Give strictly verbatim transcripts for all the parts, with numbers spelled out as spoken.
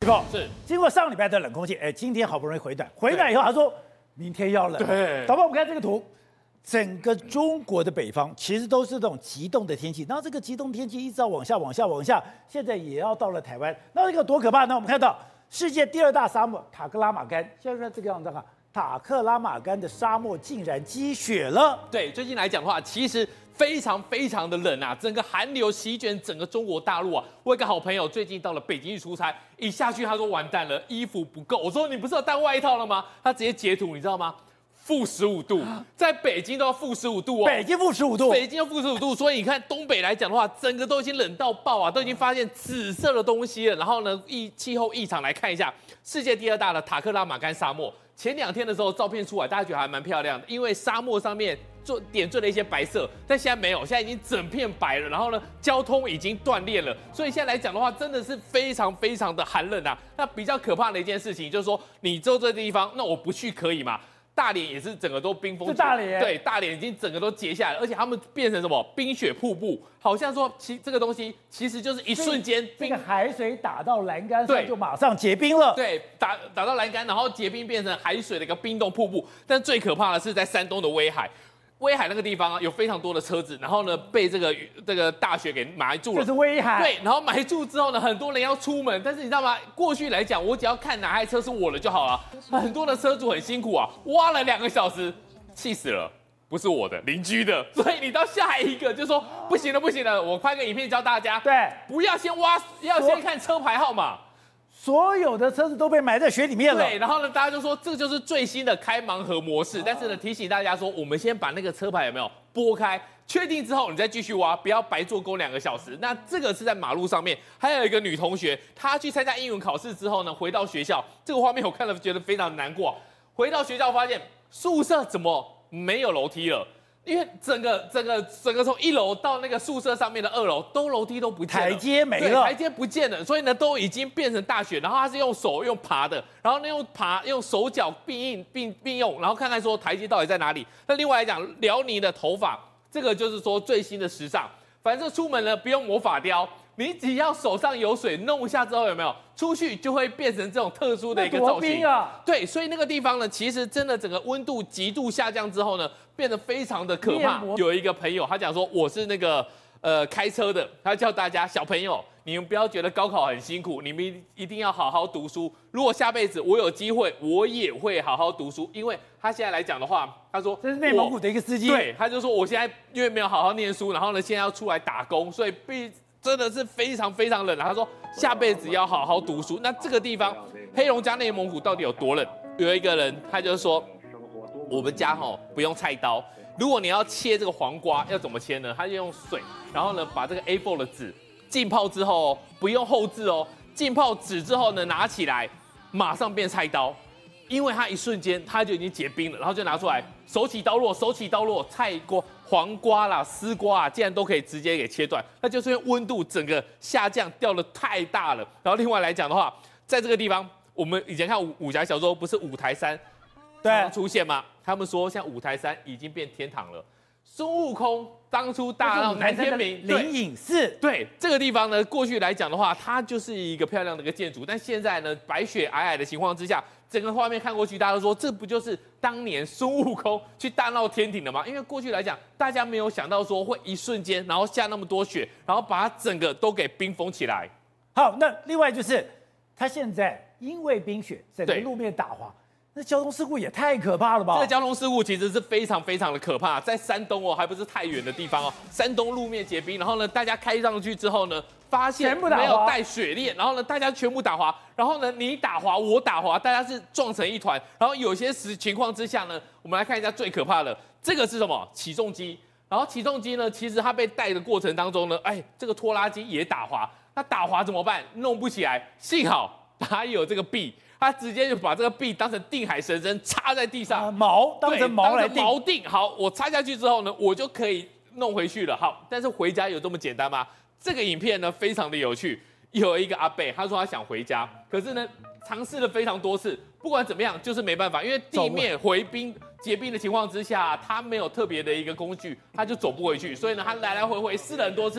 控是经过上礼拜的冷空气，哎，今天好不容易回暖，回暖以后他说明天要冷。 对， 导播，我们看这个图，整个中国的北方其实都是这种极冻的天气，然后这个极冻天气一直要往下、往下、往下，现在也要到了台湾，那这个多可怕呢？我们看到世界第二大沙漠塔克拉玛干，现在这个样子啊，塔克拉玛干的沙漠竟然积雪了。 对，最近来讲的话，其实非常非常的冷啊，整个寒流席卷整个中国大陆啊。我有个好朋友最近到了北京去出差，一下去他说完蛋了，衣服不够。我说你不是有带外套了吗？他直接截图，你知道吗？负十五度，在北京都要负十五度哦。 北京负十五度， 北京要负十五度，所以你看东北来讲的话，整个都已经冷到爆啊，都已经发现紫色的东西了。然后呢，异气候异常来看一下，世界第二大的塔克拉玛干沙漠，前两天的时候照片出来，大家觉得还蛮漂亮的，因为沙漠上面做点缀了一些白色，但现在没有，现在已经整片白了。然后呢，交通已经断裂了，所以现在来讲的话，真的是非常非常的寒冷啊。那比较可怕的一件事情就是说，你住这地方，那我不去可以吗？大连也是整个都冰封， 是大连， 对，大连已经整个都结下来，而且他们变成什么冰雪瀑布，好像说其这个东西其实就是一瞬间， 这个海水打到栏杆上对就马上结冰了， 对，打打到栏杆，然后结冰变成海水的一个冰冻瀑布。但最可怕的是在山东的威海。威海那个地方啊，有非常多的车子，然后呢被这个这个大雪给埋住了。 这是威海。 对，然后埋住之后呢，很多人要出门，但是你知道吗？过去来讲，我只要看哪台车是我的就好了。很多的车主很辛苦啊，挖了两个小时，气死了。不是我的，邻居的，所以你到下一个就说不行了，不行了，我拍个影片教大家， 对， 不要先挖，要先看车牌号码。 所有的车子都被埋在雪里面了。 对，然后呢，大家就说这就是最新的开盲盒模式。但是呢，提醒大家说，我们先把那个车牌有没有拨开，确定之后你再继续挖，不要白做工两个小时。那这个是在马路上面，还有一个女同学，她去参加英文考试之后呢，回到学校，这个画面我看了觉得非常难过。回到学校发现宿舍怎么没有楼梯了？因为整个整个整个从一楼到那个宿舍上面的二楼，都楼梯都不见了， 台阶没了， 台阶不见了，所以呢都已经变成大雪。然后他是用手用爬的，然后呢用爬用手脚并用并并用，然后看看说台阶到底在哪里。那另外来讲，辽宁的头发，这个就是说最新的时尚，反正出门呢不用抹发雕。你只要手上有水弄一下之后，有没有出去就会变成这种特殊的一个造型啊？ 对，所以那个地方呢，其实真的整个温度极度下降之后呢，变得非常的可怕。有一个朋友他讲说，我是那个呃开车的，他叫大家小朋友，你们不要觉得高考很辛苦，你们一定要好好读书。如果下辈子我有机会，我也会好好读书。因为他现在来讲的话，他说这是内蒙古的一个司机， 对，他就说我现在因为没有好好念书，然后呢现在要出来打工，所以必。真的是非常非常冷啊！他说下辈子要好好读书。那这个地方，黑龙江内蒙古到底有多冷？有一个人他就说，我们家吼不用菜刀，如果你要切这个黄瓜，要怎么切呢？他就用水，然后呢把这个 A 四 的纸浸泡之后，不用后置哦，浸泡纸之后呢拿起来，马上变菜刀。因为它一瞬间它就已经结冰了，然后就拿出来，手起刀落，手起刀落，菜瓜、黄瓜啦、丝瓜啊，竟然都可以直接给切断，那就是因为温度整个下降掉的太大了。然后另外来讲的话，在这个地方，我们以前看武武侠小说，不是五台山对出现吗？他们说像五台山已经变天堂了。孙悟空当初大闹南天明灵隐寺， 对这个地方呢，过去来讲的话，它就是一个漂亮的一个建筑，但现在呢，白雪皑皑的情况之下，整个画面看过去，大家都说这不就是当年孙悟空去大闹天庭的吗？因为过去来讲，大家没有想到说会一瞬间，然后下那么多雪，然后把它整个都给冰封起来。 好，那另外就是它现在因为冰雪，整个路面打滑。那交通事故也太可怕了吧！ 这个交通事故其实是非常非常的可怕，在山东哦，还不是太远的地方哦。山东路面结冰，然后呢，大家开上去之后呢，发现没有带雪链，然后呢，大家全部打滑，然后呢，你打滑，我打滑，大家是撞成一团。然后有些时情况之下呢，我们来看一下最可怕的，这个是什么？起重机。然后起重机呢，其实它被带的过程当中呢，哎，这个拖拉机也打滑，那打滑怎么办？弄不起来，幸好它有这个臂。他直接就把这个臂当成定海神针插在地上， 啊、锚当成锚来定。 锚定好，我插下去之后呢，我就可以弄回去了。好，但是回家有这么简单吗？这个影片呢非常的有趣，有一个阿伯他说他想回家，可是呢尝试了非常多次，不管怎么样就是没办法，因为地面回冰结冰的情况之下，他没有特别的一个工具，他就走不回去，所以呢他来来回回试了很多次。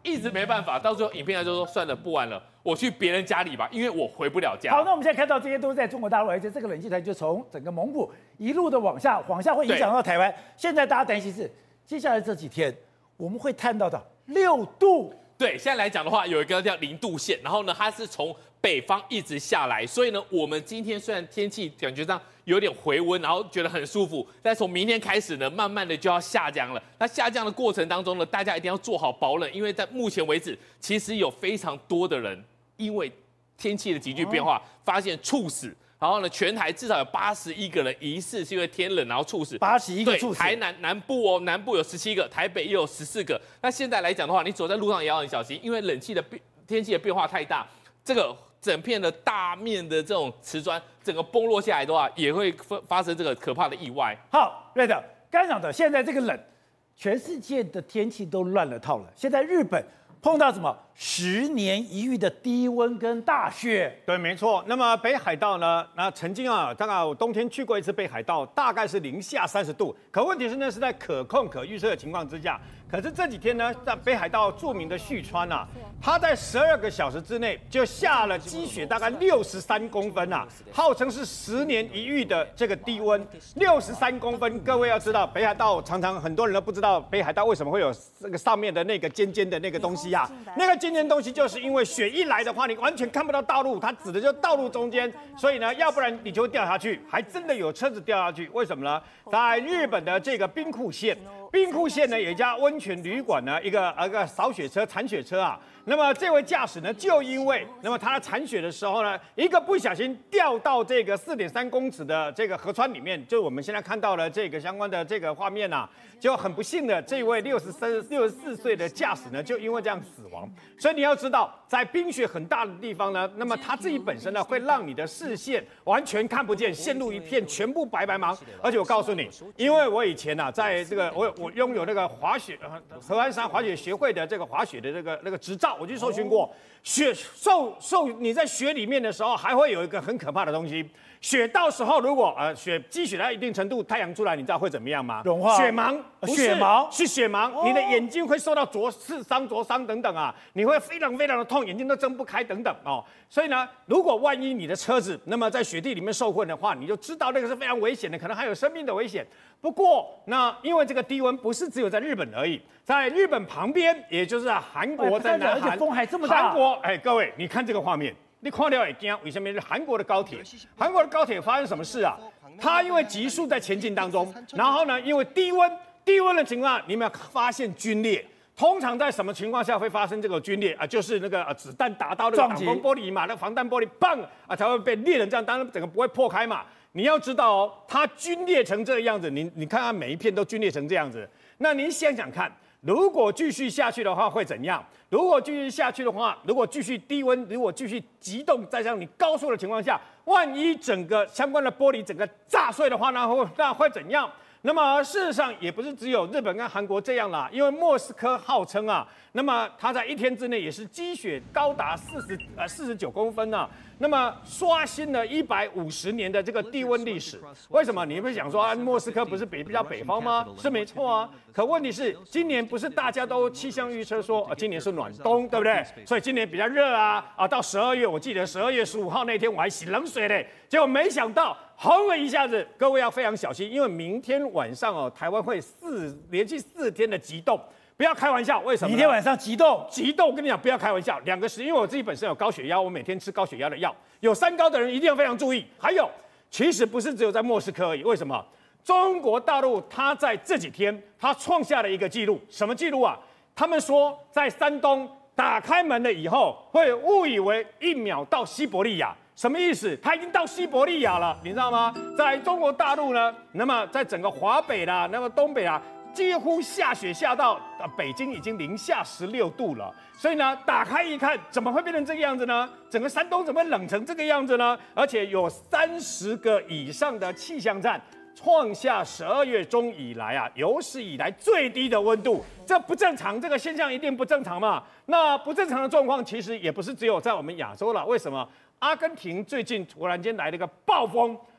一直没办法，到最后影片就说算了，不玩了，我去别人家里吧，因为我回不了家。 好，那我们现在看到这些都是在中国大陆，而且这个冷气团就从整个蒙古一路的往下，往下会影响到台湾。现在大家担心是接下来这几天我们会探到的六度。 对，现在来讲的话，有一个叫零度线，然后呢，它是从北方一直下来，所以呢，我们今天虽然天气感觉上有点回温，然后觉得很舒服，但从明天开始呢，慢慢的就要下降了。那下降的过程当中呢，大家一定要做好保冷，因为在目前为止，其实有非常多的人因为天气的急剧变化，发现猝死。然后呢，全台至少有八十一个人疑似是因为天冷然后猝死， 八十一个猝死。 台南南部哦，南部有十七个，台北也有十四个。那现在来讲的话，你走在路上也要很小心，因为冷气的变天气的变化太大，这个整片的大面的这种瓷砖，整个崩落下来的话，也会发发生这个可怕的意外。 好，对的，刚讲的，现在这个冷，全世界的天气都乱了套了。现在日本碰到什么十年一遇的低温跟大雪？ 对，没错。那么北海道呢？那曾经啊，大概我冬天去过一次北海道，大概是零下三十度。可问题是那是在可控可预测的情况之下。可是这几天呢，在北海道著名的旭川啊，它在十二个小时之内就下了积雪大概六十三公分啊，号称是十年一遇的这个低温，六十三公分。各位要知道，北海道常常很多人都不知道北海道为什么会有这个上面的那个尖尖的那个东西啊，那个尖尖东西就是因为雪一来的话，你完全看不到道路，它指的就是道路中间，所以呢，要不然你就会掉下去，还真的有车子掉下去。为什么呢？在日本的这个兵库县。兵库县呢有一家温泉旅馆呢，一个一个扫雪车、铲雪车啊。那么这位驾驶呢，就因为那么他铲雪的时候呢，一个不小心掉到这个四点三公尺的这个河川里面，就我们现在看到了这个相关的这个画面啊，就很不幸的这位六十三、六十四岁的驾驶呢，就因为这样死亡。所以你要知道，在冰雪很大的地方呢，那么他自己本身呢，会让你的视线完全看不见，陷入一片全部白白茫。而且我告诉你，因为我以前啊，在这个我我拥有那个滑雪合欢山滑雪协会的这个滑雪的这个那个执照。我去受训过，雪受受你在雪里面的时候，还会有一个很可怕的东西。雪到时候如果呃雪积雪到一定程度，太阳出来，你知道会怎么样吗？ 融化。 雪盲， 雪盲是雪盲，哦、你的眼睛会受到灼刺伤、灼伤等等啊，你会非常非常的痛，眼睛都睁不开等等哦。所以呢，如果万一你的车子那么在雪地里面受困的话，你就知道那个是非常危险的，可能还有生命的危险。不过，那因为这个低温不是只有在日本而已，在日本旁边，也就是韩国，在南韩， 而且风还这么大。 韩国，哎，各位，你看这个画面，你看了也惊，为什么是韩国的高铁？韩国的高铁发生什么事啊？它因为急速在前进当中，然后呢，因为低温，低温的情况下，你有没有发现龟裂？通常在什么情况下会发生这个龟裂啊？就是那个呃子弹打到那个挡风玻璃嘛，那个防弹玻璃棒啊才会被裂成这样，当然整个不会破开嘛。你要知道哦，它龟裂成这个样子，你你看看每一片都龟裂成这样子，那你想想看，如果继续下去的话会怎样？如果继续下去的话，如果继续低温，如果继续急冻，在像你高速的情况下，万一整个相关的玻璃整个炸碎的话，那会那会怎样？那么事实上也不是只有日本跟韩国这样啦，因为莫斯科号称啊，那么它在一天之内也是积雪高达四十呃四十九公分啊，那么刷新了一百五十年的这个低温历史。为什么？你不是想说啊，莫斯科不是北比较北方吗？是没错啊。可问题是，今年不是大家都气象预测说，呃，今年是暖冬，对不对？所以今年比较热啊啊，到十二月，我记得十二月十五号那天我还洗冷水嘞，结果没想到。轰了一下子，各位要非常小心，因为明天晚上哦，台湾会四连续四天的急冻，不要开玩笑。为什么？ 明天晚上急冻， 急冻，我跟你讲，不要开玩笑。两个是因为我自己本身有高血压，我每天吃高血压的药，有三高的人一定要非常注意。还有，其实不是只有在莫斯科而已，为什么？中国大陆它在这几天，它创下了一个记录，什么记录啊？他们说在山东打开门了以后，会误以为一秒到西伯利亚。什么意思？它已经到西伯利亚了，你知道吗？在中国大陆呢，那么在整个华北啦，那么东北啊，几乎下雪下到啊北京已经零下十六度了。所以呢，打开一看，怎么会变成这个样子呢？整个山东怎么会冷成这个样子呢？而且有三十个以上的气象站创下十二月中以来啊有史以来最低的温度，这不正常，这个现象一定不正常嘛。那不正常的状况其实也不是只有在我们亚洲了，为什么？阿根廷最近突然间来了一个暴风，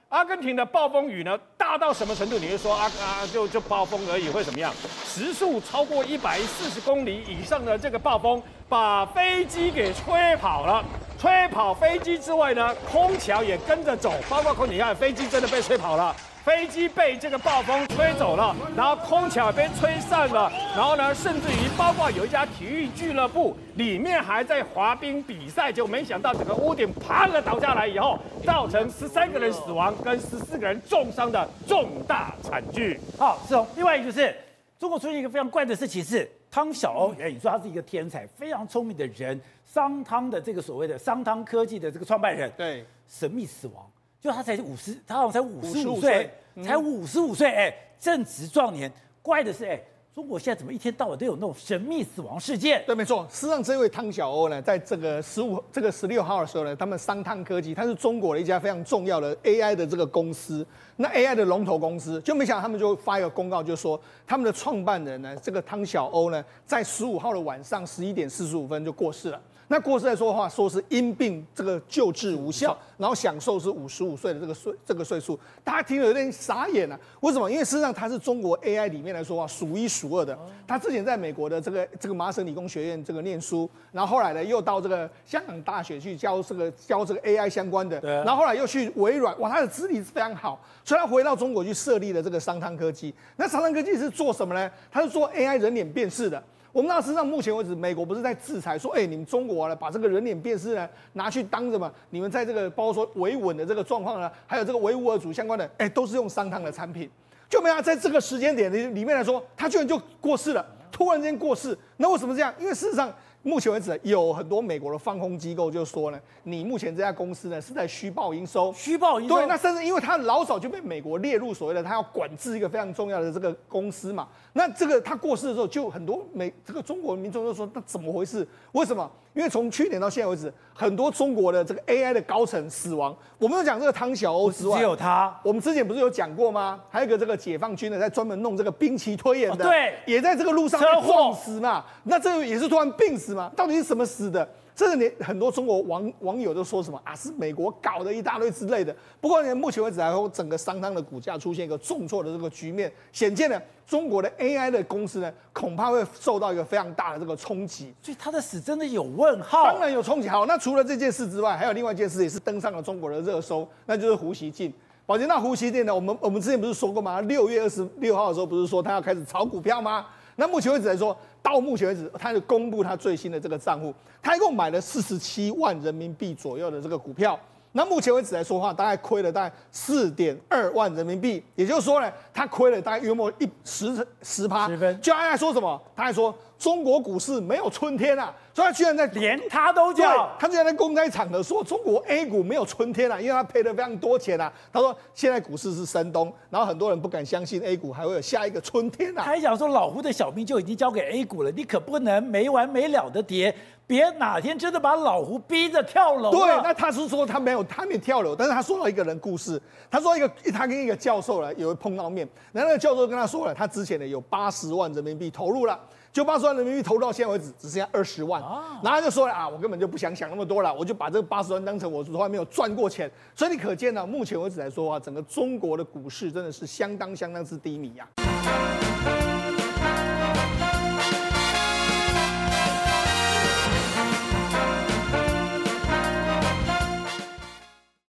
阿根廷的暴风雨呢，大到什么程度？你会说啊啊，就就暴风而已，会怎么样？时速超过一百四十公里以上的这个暴风，把飞机给吹跑了。吹跑飞机之外呢，空桥也跟着走，包括空你看，飞机真的被吹跑了。飞机被这个暴风吹走了，然后空桥也被吹散了，然后呢，甚至于包括有一家体育俱乐部里面还在滑冰比赛，结果没想到整个屋顶啪的倒下来以后，造成十三个人死亡跟十四个人重伤的重大惨剧。 好，是哦。另外一个就是中国出现一个非常怪的事情是，汤小欧，哎，你说他是一个天才，非常聪明的人，商汤的这个所谓的商汤科技的这个创办人， 对， 神秘死亡。就他才五十，他好像才五十五岁岁，才五十五岁，哎，正值壮年。怪的是，哎，中国现在怎么一天到晚都有那种神秘死亡事件？ 对，没错。事实上，这位汤小欧呢，在这个十五、这个十六号的时候呢，他们商汤科技，它是中国的一家非常重要的 A I 的这个公司，那 A I 的龙头公司，就没想到他们就发一个公告，就说他们的创办人呢，这个汤小欧呢，在十五号的晚上十一点四十五分就过世了。那过世来说的话，说是因病这个救治无效，然后享受是五十五岁的这个岁这个岁数，大家听了有点傻眼啊。为什么？因为事实上他是中国 A I 里面来说啊，数一数二的。他之前在美国的这个这个麻省理工学院这个念书，然后后来呢又到这个香港大学去教这个教这个 A I 相关的，然后后来又去微软，哇，他的资历是非常好，所以他回到中国去设立了这个商汤科技。那商汤科技是做什么呢？他是做 A I 人脸辨识的。我们知道，事实上目前为止，美国不是在制裁说，哎、欸，你们中国呢，把这个人脸辨识呢拿去当什么？你们在这个包括说维稳的这个状况呢，还有这个维吾尔族相关的，哎、欸，都是用商汤的产品。就没有在这个时间点里里面来说，他居然就过世了，突然间过世。那为什么这样？因为事实上，目前为止有很多美国的放空机构就说呢，你目前这家公司呢是在虚报营收， 虚报营收。 对，那甚至因为他老早就被美国列入所谓的他要管制一个非常重要的这个公司嘛。那这个他过世的时候，就很多美这个中国民众就说，那怎么回事？为什么？因为从去年到现在为止，很多中国的这个 A I 的高层死亡。我们有讲这个汤小欧之外， 只有他。 我们之前不是有讲过吗？还有一个这个解放军的，在专门弄这个兵棋推演的， 哦、对， 也在这个路上被撞死嘛。那这个也是突然病死嘛？到底是什么死的？这个连很多中国网网友都说什么啊，是美国搞的一大堆之类的。不过呢，目前为止还有整个商汤的股价出现一个重挫的这个局面，显见呢，中国的 A I 的公司呢，恐怕会受到一个非常大的这个冲击。 所以他的死真的有问号。 当然有冲击。好，那除了这件事之外，还有另外一件事也是登上了中国的热搜，那就是胡锡进。宝杰，那胡锡进呢？我们我们之前不是说过吗？六月二十六号的时候，不是说他要开始炒股票吗？那目前为止来说，到目前为止，他就公布他最新的这个账户，他一共买了四十七万人民币左右的这个股票。那目前为止来说的话，大概亏了大概四点二万人民币，也就是说呢，他亏了大概约莫一十十趴。 十分。 就他还说什么？他还说中国股市没有春天啊，所以他居然在连他都叫， 他居然在公开场合说中国 A 股没有春天啊，因为他赔了非常多钱啊。他说现在股市是深冬，然后很多人不敢相信 A 股还会有下一个春天啊。 他还讲说老胡的小命就已经交给 A 股了，你可不能没完没了的跌。别哪天真的把老胡逼着跳楼。 对，那他是说他没有，他没有跳楼，但是他说到一个人故事，他说一个他跟一个教授呢有碰到面，然后那个教授跟他说了，他之前呢有八十万人民币投入了，就八十万人民币投入到现在为止只剩下二十万，啊、然后他就说了啊，我根本就不想想那么多了，我就把这个八十万当成我从来没有赚过钱，所以你可见呢，目前为止来说啊，整个中国的股市真的是相当相当之低迷呀、啊。